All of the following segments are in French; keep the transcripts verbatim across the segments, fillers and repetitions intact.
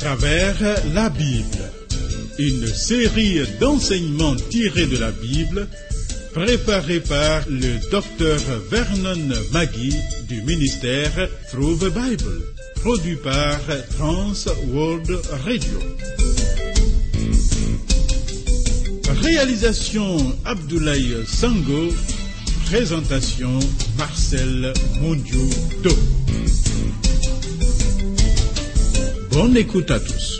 travers la Bible, une série d'enseignements tirés de la Bible, préparée par le docteur Vernon Magui du ministère Through the Bible, produit par Trans World Radio. Réalisation Abdoulaye Sango, présentation Marcel Mondiou-Do. Bonne écoute à tous.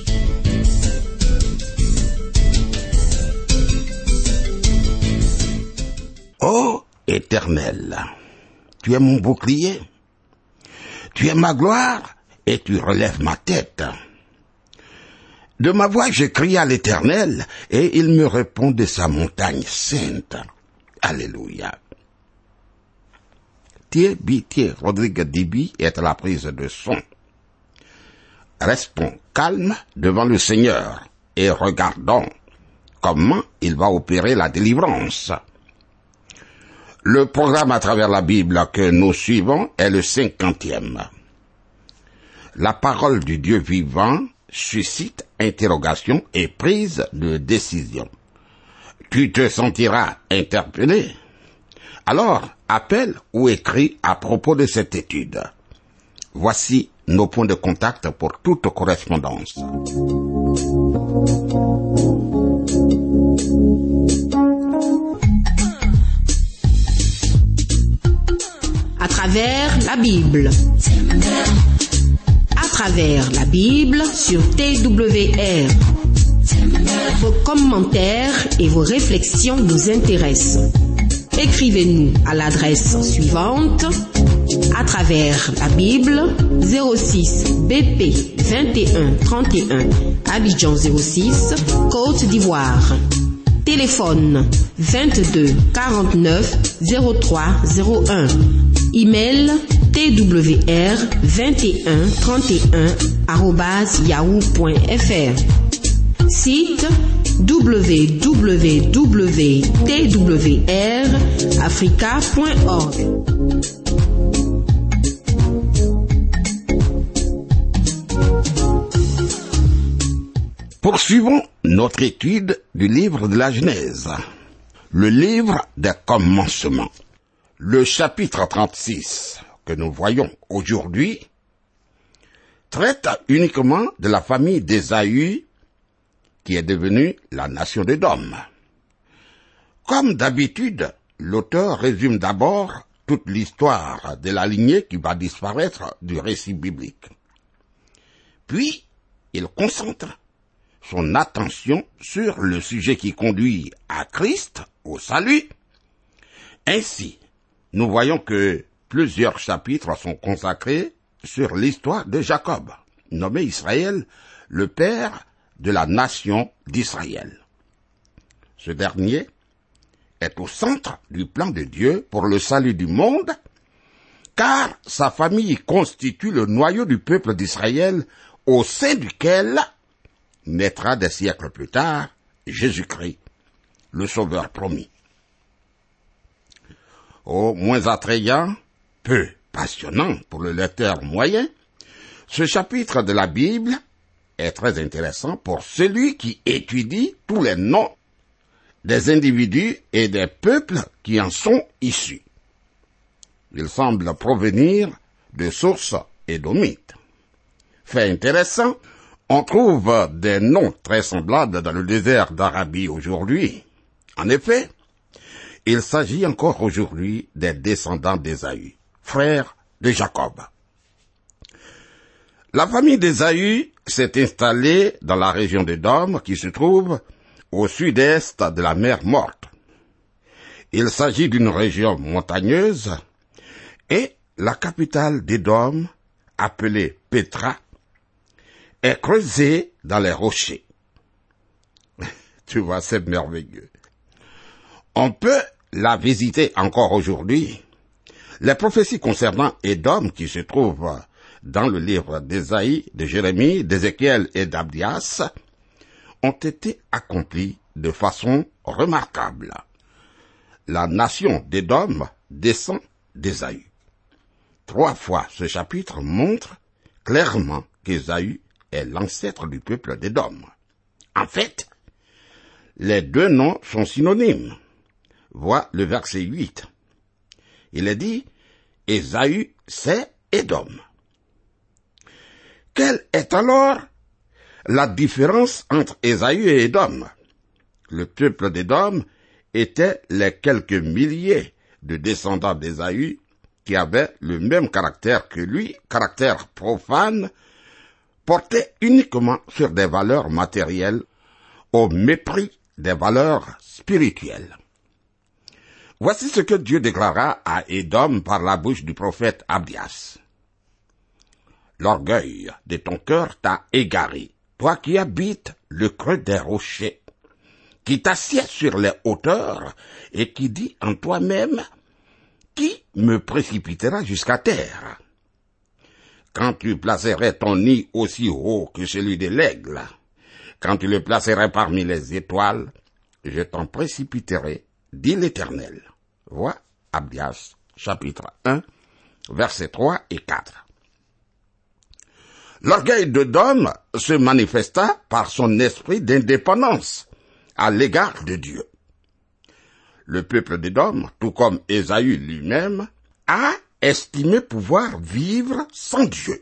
Ô Éternel, tu es mon bouclier, tu es ma gloire et tu relèves ma tête. De ma voix je crie à l'Éternel et il me répond de sa montagne sainte. Alléluia. Thierry Rodrigue Dibi est à la prise de son. Restons calmes devant le Seigneur et regardons comment il va opérer la délivrance. Le programme à travers la Bible que nous suivons est le cinquantième. La parole du Dieu vivant suscite interrogation et prise de décision. Tu te sentiras interpellé. Alors, appelle ou écris à propos de cette étude. Voici nos points de contact pour toute correspondance. À travers la Bible. À travers la Bible sur T W R. Vos commentaires et vos réflexions nous intéressent. Écrivez-nous à l'adresse suivante: à travers la Bible, zéro six B P vingt et un trente et un, Abidjan zéro six, Côte d'Ivoire. Téléphone vingt-deux quarante-neuf zéro trois zéro un. Email T W R vingt et un trente et un arobase yahoo point f r. Site w w w point t w r africa point org. Poursuivons notre étude du livre de la Genèse, le livre des commencements. Le chapitre trente-six que nous voyons aujourd'hui traite uniquement de la famille d'Ésaü qui est devenue la nation d'Édom. Comme d'habitude, l'auteur résume d'abord toute l'histoire de la lignée qui va disparaître du récit biblique. Puis, il concentre son attention sur le sujet qui conduit à Christ, au salut. Ainsi, nous voyons que plusieurs chapitres sont consacrés sur l'histoire de Jacob, nommé Israël, le père de la nation d'Israël. Ce dernier est au centre du plan de Dieu pour le salut du monde, car sa famille constitue le noyau du peuple d'Israël au sein duquel naîtra des siècles plus tard Jésus-Christ, le Sauveur promis. Au moins attrayant, peu passionnant pour le lecteur moyen, ce chapitre de la Bible est très intéressant pour celui qui étudie tous les noms des individus et des peuples qui en sont issus. Il semble provenir de sources édomites. Fait intéressant, on trouve des noms très semblables dans le désert d'Arabie aujourd'hui. En effet, il s'agit encore aujourd'hui des descendants d'Ésaü, frères de Jacob. La famille d'Ésaü s'est installée dans la région d'Édom qui se trouve au sud-est de la mer Morte. Il s'agit d'une région montagneuse et la capitale d'Édom, appelée Pétra, est creusée dans les rochers. Tu vois, c'est merveilleux. On peut la visiter encore aujourd'hui. Les prophéties concernant Édom qui se trouvent dans le livre d'Ésaïe, de Jérémie, d'Ézéchiel et d'Abdias ont été accomplies de façon remarquable. La nation d'Édom descend d'Ésaü. Trois fois ce chapitre montre clairement qu'Ésaü est l'ancêtre du peuple d'Édom. En fait, les deux noms sont synonymes. Vois le verset huit. Il est dit, Ésaü, c'est Édom. Quelle est alors la différence entre Ésaü et Édom? Le peuple d'Édom était les quelques milliers de descendants d'Ésaü qui avaient le même caractère que lui, caractère profane, porté uniquement sur des valeurs matérielles, au mépris des valeurs spirituelles. Voici ce que Dieu déclara à Édom par la bouche du prophète Abdias. L'orgueil de ton cœur t'a égaré, toi qui habites le creux des rochers, qui t'assieds sur les hauteurs et qui dis en toi-même, qui me précipitera jusqu'à terre? Quand tu placerais ton nid aussi haut que celui de l'aigle, quand tu le placerais parmi les étoiles, je t'en précipiterai, dit l'Éternel. Vois Abdias, chapitre un, versets trois et quatre. L'orgueil d'Édom se manifesta par son esprit d'indépendance à l'égard de Dieu. Le peuple d'Édom, tout comme Ésaü lui-même, a estimé pouvoir vivre sans Dieu.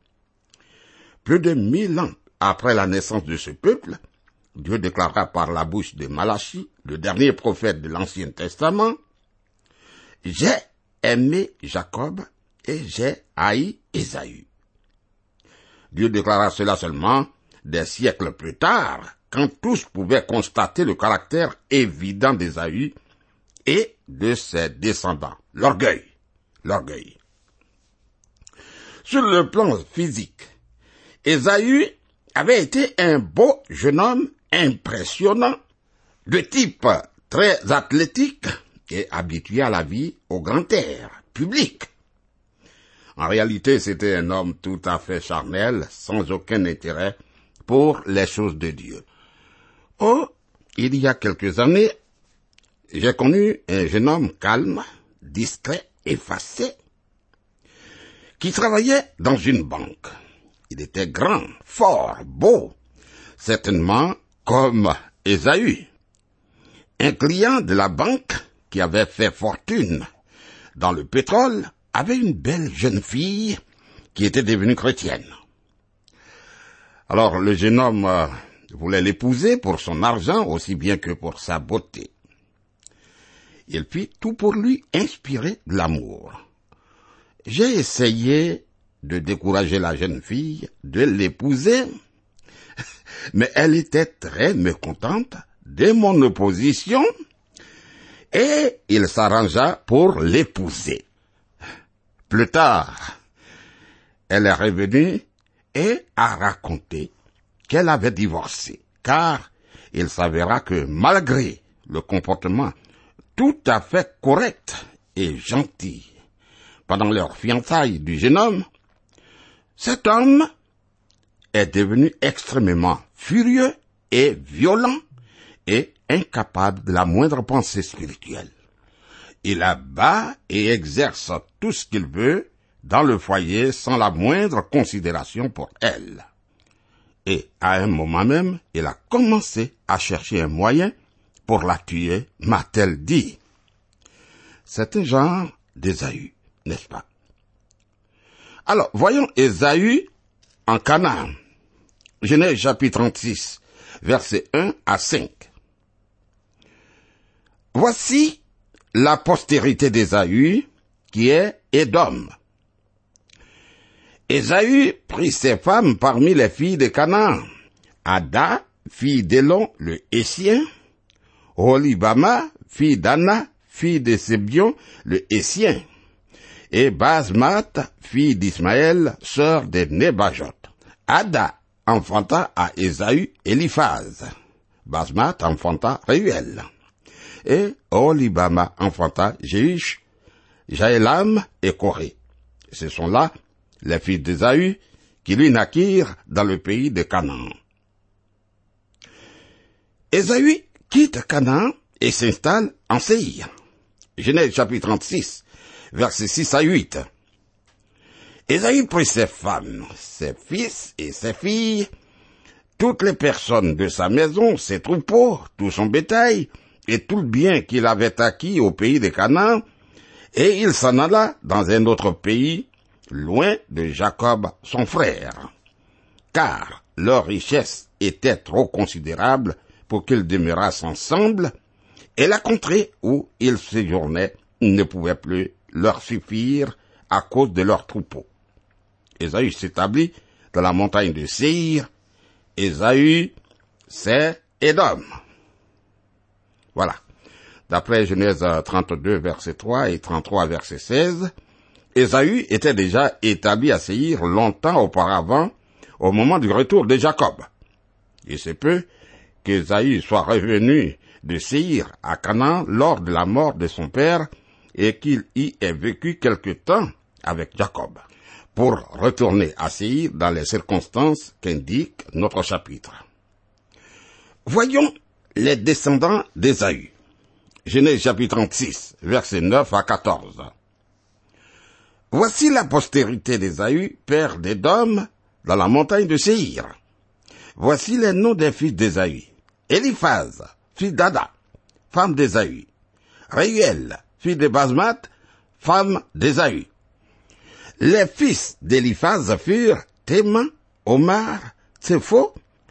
Plus de mille ans après la naissance de ce peuple, Dieu déclara par la bouche de Malachi, le dernier prophète de l'Ancien Testament, « J'ai aimé Jacob et j'ai haï Ésaü. » Dieu déclara cela seulement des siècles plus tard, quand tous pouvaient constater le caractère évident d'Ésaü et de ses descendants. L'orgueil, l'orgueil. Sur le plan physique, Ésaü avait été un beau jeune homme impressionnant, de type très athlétique et habitué à la vie au grand air, public. En réalité, c'était un homme tout à fait charnel, sans aucun intérêt pour les choses de Dieu. Oh, il y a quelques années, j'ai connu un jeune homme calme, discret, effacé, qui travaillait dans une banque. Il était grand, fort, beau, certainement comme Ésaü. Un client de la banque qui avait fait fortune dans le pétrole avait une belle jeune fille qui était devenue chrétienne. Alors le jeune homme euh, voulait l'épouser pour son argent aussi bien que pour sa beauté. Il fit tout pour lui inspirer de l'amour. J'ai essayé de décourager la jeune fille de l'épouser, mais elle était très mécontente de mon opposition et il s'arrangea pour l'épouser. Plus tard, elle est revenue et a raconté qu'elle avait divorcé, car il s'avéra que malgré le comportement tout à fait correct et gentil pendant leur fiançailles du jeune homme, cet homme est devenu extrêmement furieux et violent et incapable de la moindre pensée spirituelle. Il abat et exerce tout ce qu'il veut dans le foyer sans la moindre considération pour elle. Et à un moment même, il a commencé à chercher un moyen pour la tuer, m'a-t-elle dit. C'est un genre d'Ésaü, n'est-ce pas? Alors, voyons Ésaü en Canaan. Genèse chapitre trente-six, versets un à cinq. Voici la postérité d'Ésaü, qui est Édom. Ésaü prit ses femmes parmi les filles de Canaan. Ada, fille d'Élon, le Hétien. Holibama, fille d'Anna, fille de Sébion, le Hétien. Et Basmat, fille d'Ismaël, sœur de Nébajot. Ada enfanta à Ésaü Éliphaz. Basmat enfanta Réuel. Et Holibama enfanta Jéhush, Jaélam et Corée. Ce sont là les filles d'Ésaü qui lui naquirent dans le pays de Canaan. Ésaü quitte Canaan et s'installe en Séir. Genèse chapitre trente-six, versets six à huit. Ésaü prit ses femmes, ses fils et ses filles, toutes les personnes de sa maison, ses troupeaux, tout son bétail, et tout le bien qu'il avait acquis au pays de Canaan, et il s'en alla dans un autre pays, loin de Jacob son frère. Car leur richesse était trop considérable pour qu'ils demeurassent ensemble, et la contrée où ils séjournaient ne pouvait plus leur suffire à cause de leurs troupeaux. Ésaü s'établit dans la montagne de Séir. Ésaü, c'est Édom. Voilà. D'après Genèse trente-deux, verset trois et trente-trois, verset seize, Ésaü était déjà établi à Séir longtemps auparavant, au moment du retour de Jacob. Il se peut qu'Ésaü soit revenu de Séir à Canaan lors de la mort de son père et qu'il y ait vécu quelque temps avec Jacob, pour retourner à Séir dans les circonstances qu'indique notre chapitre. Voyons les descendants d'Ésaü. Genèse chapitre trente-six, versets neuf à quatorze. Voici la postérité d'Ésaü, père d'Édom, dans la montagne de Séir. Voici les noms des fils d'Ésaü. Éliphaz, fils d'Ada, femme d'Ésaü. Réuel, fils de Basmat, femme d'Ésaü. Les fils d'Éliphaz furent Théman, Omar, Tsepho,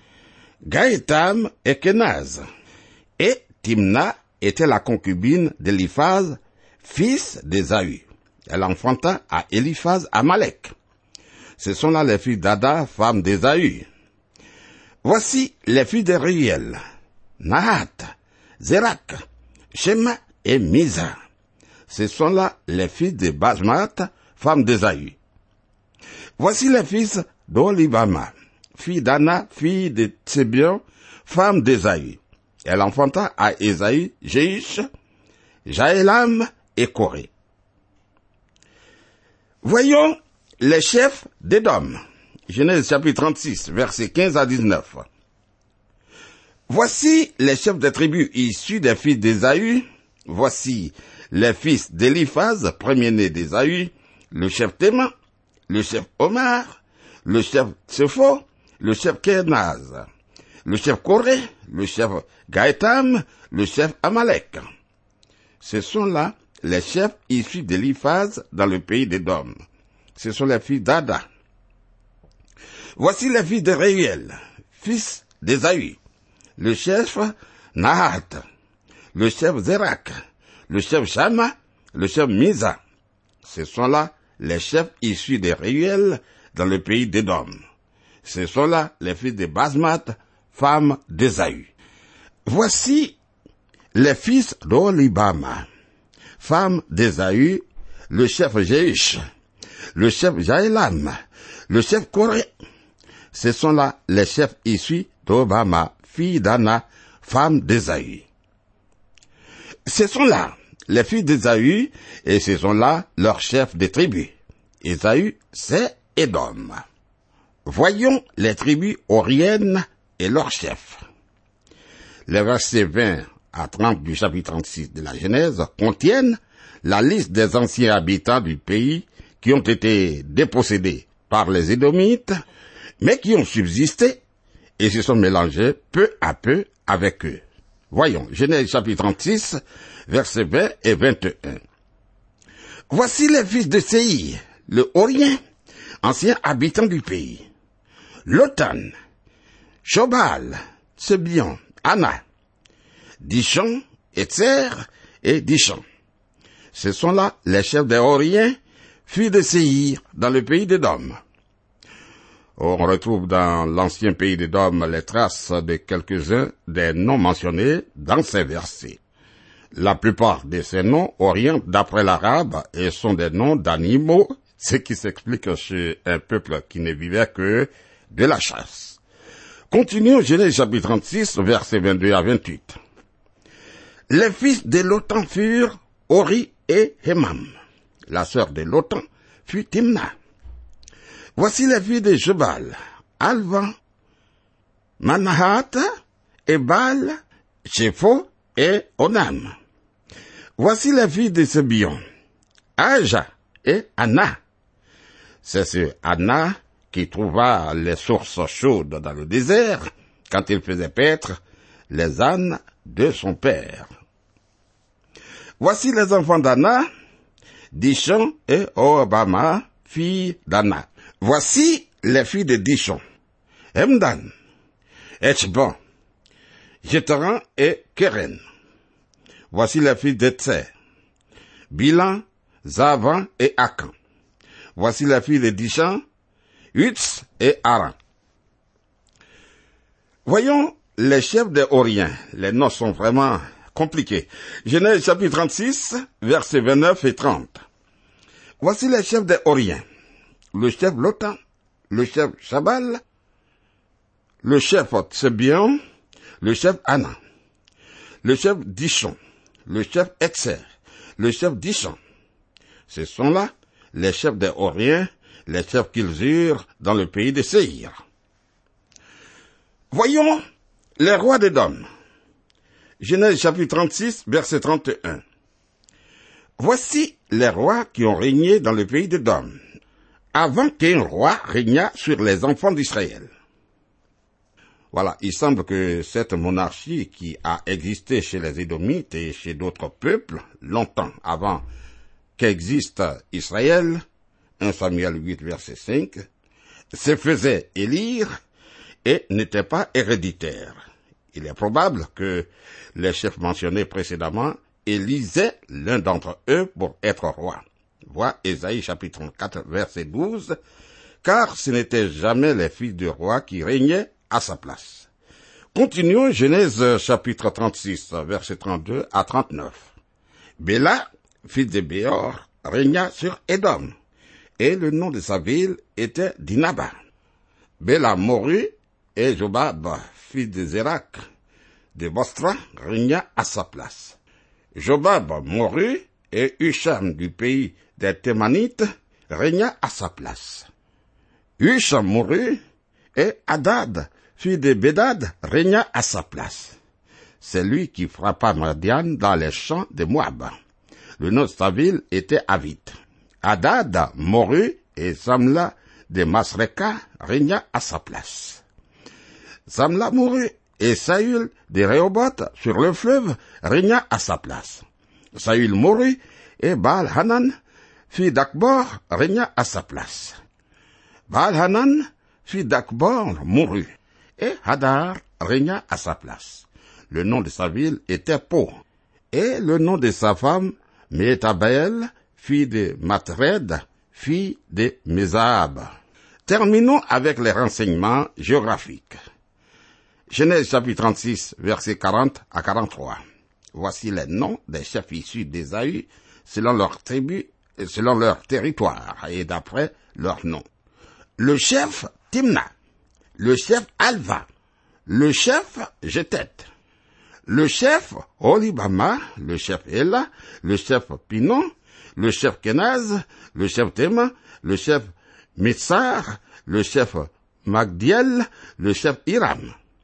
Gaétam et Kenaz. Et Timna était la concubine d'Éliphaz, fils d'Ésaü. Elle enfanta à Éliphaz Amalek. Ce sont là les filles d'Ada, femme d'Ésaü. Voici les filles de Réuel, Nahat, Zérak, Shema et Misa. Ce sont là les filles de Basmat, femme d'Ésaü. Voici les fils d'Olibama, fille d'Anna, fille de Tsébion, femme d'Ésaü. Elle enfanta à Ésaü Jéish, Jaélam et Corée. Voyons les chefs d'Édom. Genèse chapitre trente-six, versets quinze à dix-neuf. Voici les chefs des tribus issus des fils d'Ésaü. Voici les fils d'Éliphaz, premier-né d'Ésaü, le chef Théman, le chef Omar, le chef Tsepho, le chef Kenaz, le chef Corée, le chef Gaétam, le chef Amalek. Ce sont là les chefs issus d'Éliphaz dans le pays d'Édom. Ce sont les filles d'Ada. Voici les filles de Réuel, fils d'Ésaü, le chef Nahat, le chef Zérak, le chef Shama, le chef Misa. Ce sont là les chefs issus de Réuel dans le pays d'Édom. Ce sont là les filles de Basmat, femme d'Ésaü. Voici les fils d'Olibama, femme d'Ésaü, le chef Jéish, le chef Jaélam, le chef Corée. Ce sont là les chefs issus d'Obama, fille d'Anna, femme d'Ésaü. Ce sont là les filles d'Ésaü, et ce sont là leurs chefs des tribus. Ésaü, c'est Édom. Voyons les tribus oriennes et leurs chefs. Les versets vingt à trente du chapitre trente-six de la Genèse contiennent la liste des anciens habitants du pays qui ont été dépossédés par les Édomites, mais qui ont subsisté et se sont mélangés peu à peu avec eux. Voyons, Genèse chapitre trente-six, versets vingt et vingt et un. Voici les fils de Séir, le Horien, ancien habitant du pays. Lotan, Shobal, Tsebion, Anna, Dishon, Etzer et Dishon. Ce sont là les chefs des Horiens, fils de Séir, dans le pays d'Édom. On retrouve dans l'ancien pays d'Édom les traces de quelques-uns des noms mentionnés dans ces versets. La plupart de ces noms orientent d'après l'arabe et sont des noms d'animaux, ce qui s'explique chez un peuple qui ne vivait que de la chasse. Continuons Genèse chapitre trente-six, versets vingt-deux à vingt-huit. Les fils de Lotan furent Ori et Hemam. La sœur de Lotan fut Timna. Voici les filles de Jebal, Alvan, Manahat, Ebal, Shepho et Onam. Voici les filles de Sébion, Aja et Anna. C'est ce Anna qui trouva les sources chaudes dans le désert quand il faisait paître les ânes de son père. Voici les enfants d'Anna, Dishon et Obama, filles d'Anna. Voici les filles de Dishon, Hemdan, Echban, Jetran et Keren. Voici les filles d'Etser, Bilan, Zavan et Akan. Voici les filles de Dishan, Utz et Aran. Voyons les chefs des Horiens. Les noms sont vraiment compliqués. Genèse chapitre trente-six, versets vingt-neuf et trente. Voici les chefs des Horiens. Le chef Lotan, le chef Shabal, le chef Tsebion, le chef Anna, le chef Dishon, le chef Etser, le chef Dishon. Ce sont là les chefs des Horiens, les chefs qu'ils eurent dans le pays de Séhir. Voyons les rois d'Édom. Genèse chapitre trente-six, verset trente et un. Voici les rois qui ont régné dans le pays d'Édom, avant qu'un roi régnât sur les enfants d'Israël. Voilà, il semble que cette monarchie qui a existé chez les Édomites et chez d'autres peuples, longtemps avant qu'existe Israël, premier Samuel huit, verset cinq, se faisait élire et n'était pas héréditaire. Il est probable que les chefs mentionnés précédemment élisaient l'un d'entre eux pour être roi. Vois Ésaïe chapitre trente-quatre, verset douze, car ce n'étaient jamais les fils du roi qui régnaient à sa place. Continuons Genèse chapitre trente-six, verset trente-deux à trente-neuf. Béla, fils de Béor, régna sur Édom, et le nom de sa ville était Dinaba. Béla mourut, et Jobab, fils de Zérak, de Bostra, régna à sa place. Jobab mourut, et Husham du pays des Thémanites régna à sa place. Husham mourut, et Hadad, fils de Bédad, régna à sa place. C'est lui qui frappa Madian dans les champs de Moab. Le nom de sa ville était Avit. Hadad mourut, et Samla de Masreka régna à sa place. Samla mourut, et Saül de Rehoboth sur le fleuve régna à sa place. Saül mourut, et Baal-Hanan, fils d'Akbor, régna à sa place. Baal-Hanan, fils d'Akbor, mourut, et Hadar régna à sa place. Le nom de sa ville était Po, et le nom de sa femme, Métabel, fille de Matred, fille de Mézab. Terminons avec les renseignements géographiques. Genèse chapitre trente-six, versets quarante à quarante-trois. Voici les noms des chefs issus d'Ésaü, selon leur tribu, selon leur territoire, et d'après leur nom. Le chef Timna, le chef Alva, le chef Jetet, le chef Olibama, le chef Ela, le chef Pinon, le chef Kenaz, le chef Tema, le chef Mitsar, le chef Magdiel, le chef Hiram.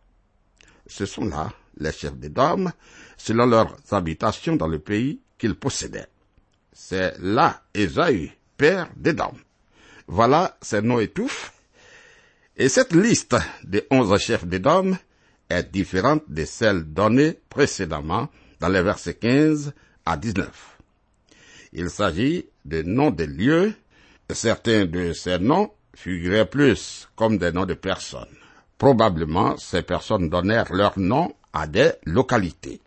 Ce sont là les chefs d'Édom, selon leurs habitations dans le pays qu'ils possédaient. C'est là Ésaü, père d'Édom. Voilà ces noms étouffent. Et cette liste des onze chefs d'Édom est différente de celle donnée précédemment dans les versets quinze à dix-neuf. Il s'agit de noms de lieux. Certains de ces noms figuraient plus comme des noms de personnes. Probablement, ces personnes donnèrent leur nom à des localités.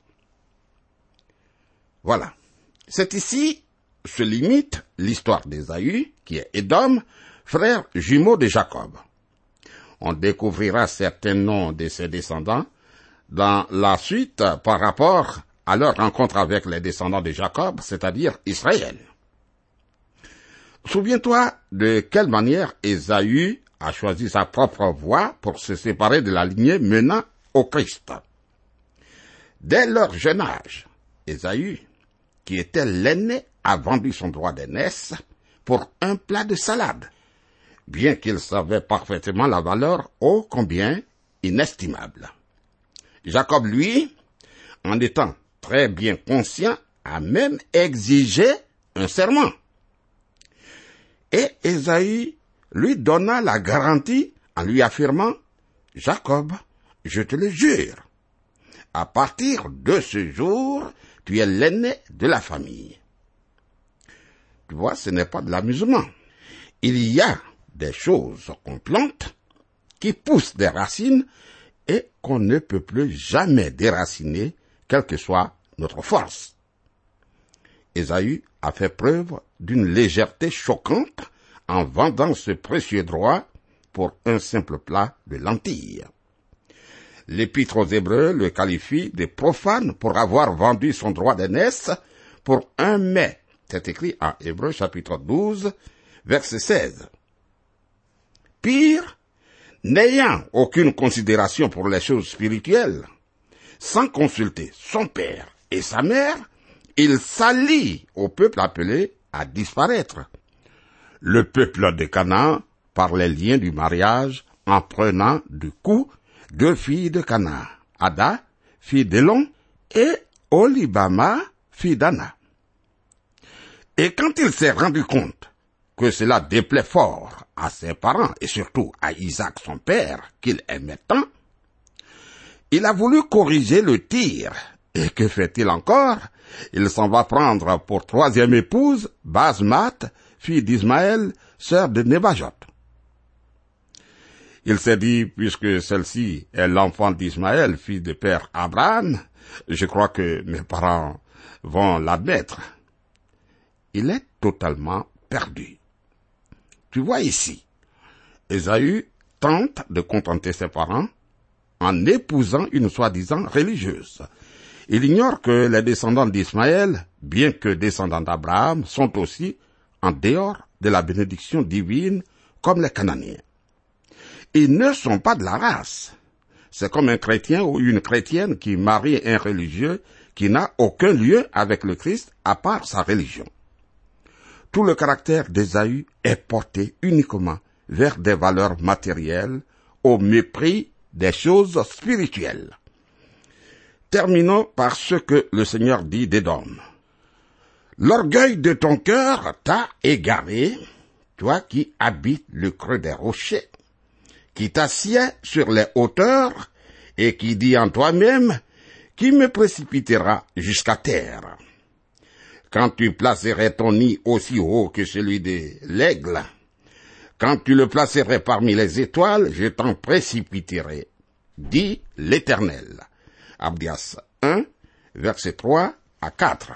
Voilà. C'est ici se limite l'histoire d'Ésaü, qui est Édom, frère jumeau de Jacob. On découvrira certains noms de ses descendants dans la suite par rapport à leur rencontre avec les descendants de Jacob, c'est-à-dire Israël. Souviens-toi de quelle manière Ésaü a choisi sa propre voie pour se séparer de la lignée menant au Christ. Dès leur jeune âge, Ésaü, qui était l'aîné, a vendu son droit d'aînesse pour un plat de salade, bien qu'il savait parfaitement la valeur ô combien inestimable. Jacob, lui, en étant très bien conscient, a même exigé un serment. Et Ésaü lui donna la garantie en lui affirmant « Jacob, je te le jure, à partir de ce jour, tu es l'aîné de la famille. » Tu vois, ce n'est pas de l'amusement. Il y a des choses qu'on plante, qui poussent des racines et qu'on ne peut plus jamais déraciner, quelle que soit notre force. Ésaü a fait preuve d'une légèreté choquante en vendant ce précieux droit pour un simple plat de lentilles. L'Épître aux Hébreux le qualifie de profane pour avoir vendu son droit d'aînesse pour un mets. C'est écrit en Hébreux chapitre douze, verset seize. Pire, n'ayant aucune considération pour les choses spirituelles, sans consulter son père et sa mère, il s'allie au peuple appelé à disparaître. Le peuple de Canaan par les liens du mariage en prenant du coup deux filles de Canaan, Ada, fille d'Élon, et Olibama, fille d'Anna. Et quand il s'est rendu compte que cela déplaît fort à ses parents et surtout à Isaac son père, qu'il aimait tant, il a voulu corriger le tir. Et que fait-il encore? Il s'en va prendre pour troisième épouse Basmat, fille d'Ismaël, sœur de Nebajot. Il s'est dit, puisque celle-ci est l'enfant d'Ismaël, fille de père Abraham, je crois que mes parents vont l'admettre. Il est totalement perdu. Tu vois ici, Ésaü tente de contenter ses parents en épousant une soi-disant religieuse. Il ignore que les descendants d'Ismaël, bien que descendants d'Abraham, sont aussi en dehors de la bénédiction divine comme les Cananéens. Ils ne sont pas de la race. C'est comme un chrétien ou une chrétienne qui marie un religieux qui n'a aucun lien avec le Christ à part sa religion. Tout le caractère d'Ésaü est porté uniquement vers des valeurs matérielles au mépris des choses spirituelles. Terminons par ce que le Seigneur dit d'Édom. L'orgueil de ton cœur t'a égaré, toi qui habites le creux des rochers, qui t'assieds sur les hauteurs et qui dis en toi-même, qui me précipitera jusqu'à terre. Quand tu placerais ton nid aussi haut que celui de l'aigle, quand tu le placerais parmi les étoiles, je t'en précipiterai, dit l'Éternel. Abdias un, versets trois à quatre.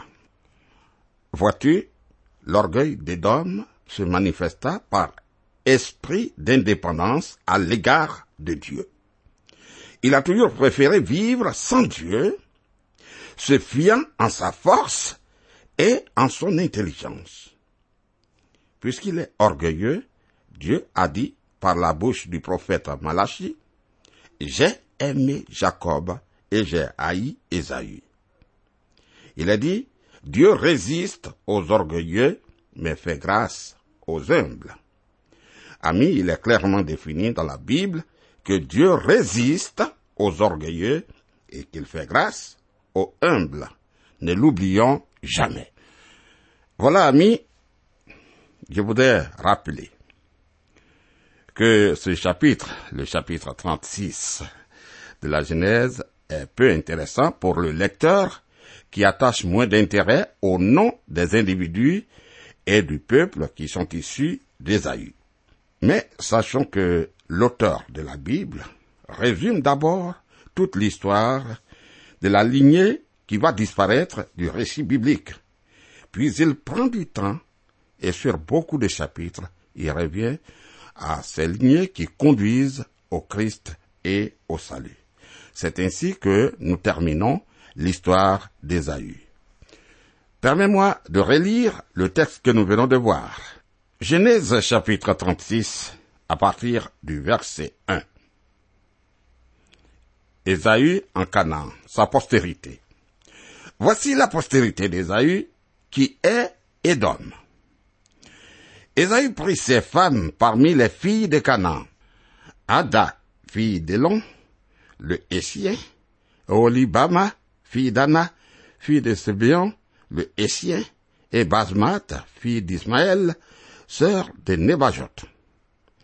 Vois-tu, l'orgueil d'Édom se manifesta par esprit d'indépendance à l'égard de Dieu. Il a toujours préféré vivre sans Dieu, se fiant en sa force et en son intelligence. Puisqu'il est orgueilleux, Dieu a dit par la bouche du prophète Malachi, « J'ai aimé Jacob et j'ai haï Ésaü. » Il a dit, « Dieu résiste aux orgueilleux, mais fait grâce aux humbles. » Ami, il est clairement défini dans la Bible que Dieu résiste aux orgueilleux et qu'il fait grâce aux humbles. Ne l'oublions jamais. Voilà, amis, je voudrais rappeler que ce chapitre, le chapitre trente-six de la Genèse, est peu intéressant pour le lecteur qui attache moins d'intérêt au nom des individus et du peuple qui sont issus d'Ésaü. Mais sachons que l'auteur de la Bible résume d'abord toute l'histoire de la lignée qui va disparaître du récit biblique. Puis il prend du temps et sur beaucoup de chapitres, il revient à ces lignées qui conduisent au Christ et au salut. C'est ainsi que nous terminons l'histoire d'Ésaü. Permets-moi de relire le texte que nous venons de voir. Genèse chapitre trente-six, à partir du verset un. Ésaü en Canaan, sa postérité. Voici la postérité d'Ésaü, qui est Édom. Ésaü prit ses femmes parmi les filles de Canaan. Ada, fille d'Élon, le Hétien, Olibama, fille d'Anna, fille de Sébéon, le Hétien, et Basmat, fille d'Ismaël, sœur de Nebajot.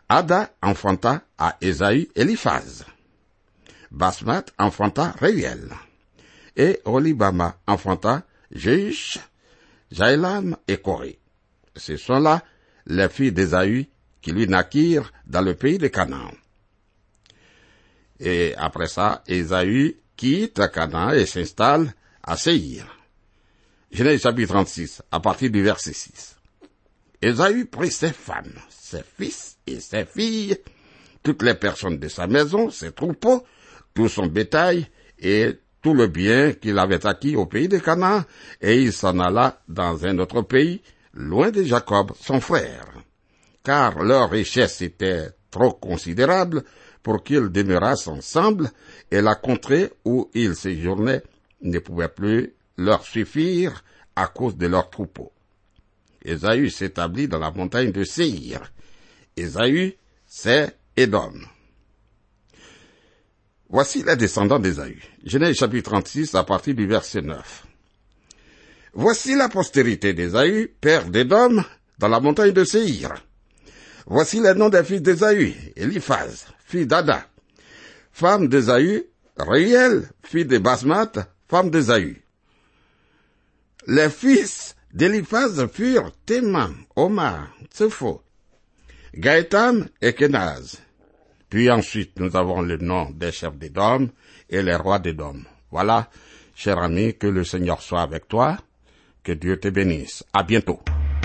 Ada enfanta à Ésaü Éliphaz. Basmath enfanta Réuel. Et Olibama enfanta Jeush, Jaélam et Corée. Ce sont là les filles d'Ésaü qui lui naquirent dans le pays de Canaan. Et après ça, Ésaü quitte Canaan et s'installe à Séhir. Genèse chapitre trente-six, à partir du verset six. Ésaü prit ses femmes, ses fils et ses filles, toutes les personnes de sa maison, ses troupeaux, tout son bétail et tout le bien qu'il avait acquis au pays de Canaan, et il s'en alla dans un autre pays, loin de Jacob, son frère. Car leur richesse était trop considérable pour qu'ils demeurassent ensemble, et la contrée où ils séjournaient ne pouvait plus leur suffire à cause de leurs troupeaux. Ésaü s'établit dans la montagne de Séhir. Ésaü, c'est Édom. Voici les descendants d'Ésaü. Genèse chapitre trente-six, à partir du verset neuf. Voici la postérité d'Ésaü, père d'Édom, dans la montagne de Séhir. Voici les noms des fils d'Ésaü: Éliphaz, fille d'Ada, femme d'Ésaü; Réuel, fille de Basmath, femme d'Ésaü. Les fils d'Éliphaz furent Théman, Omar, Tsepho, Gaëtam et Kenaz. Puis ensuite, nous avons le nom des chefs d'Édom et les rois d'Édom. Voilà, cher ami, que le Seigneur soit avec toi, que Dieu te bénisse. À bientôt.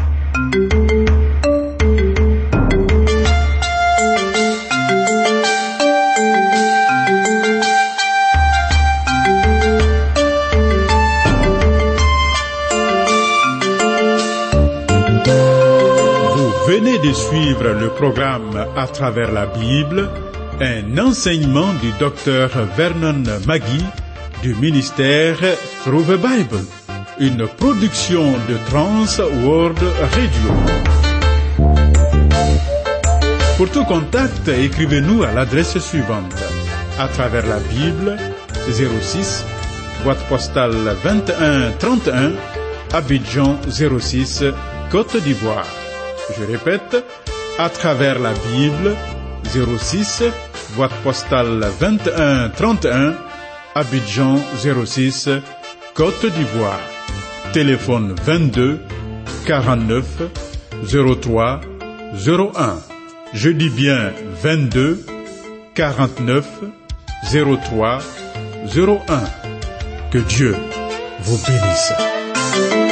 Venez de suivre le programme À travers la Bible, un enseignement du docteur Vernon Magui du ministère Through the Bible, une production de Trans World Radio. Pour tout contact, écrivez-nous à l'adresse suivante: À travers la Bible, zéro six, boîte postale vingt et un trente et un, Abidjan zéro six, Côte d'Ivoire. Je répète, À travers la Bible, zéro six, boîte postale vingt et un trente et un, Abidjan zéro six, Côte d'Ivoire. Téléphone vingt-deux quarante-neuf zéro trois zéro un. Je dis bien vingt-deux quarante-neuf zéro trois zéro un. Que Dieu vous bénisse.